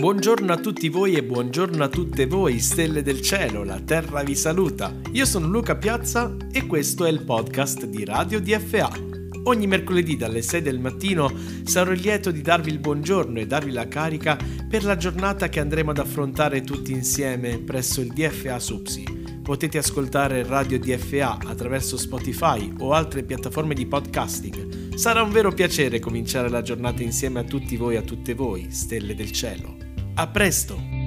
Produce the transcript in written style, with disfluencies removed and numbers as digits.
Buongiorno a tutti voi e buongiorno a tutte voi, stelle del cielo, la terra vi saluta. Io sono Luca Piazza e questo è il podcast di Radio DFA. Ogni mercoledì dalle 6 del mattino sarò lieto di darvi il buongiorno e darvi la carica per la giornata che andremo ad affrontare tutti insieme presso il DFA Supsi. Potete ascoltare Radio DFA attraverso Spotify o altre piattaforme di podcasting. Sarà un vero piacere cominciare la giornata insieme a tutti voi e a tutte voi, stelle del cielo. A presto!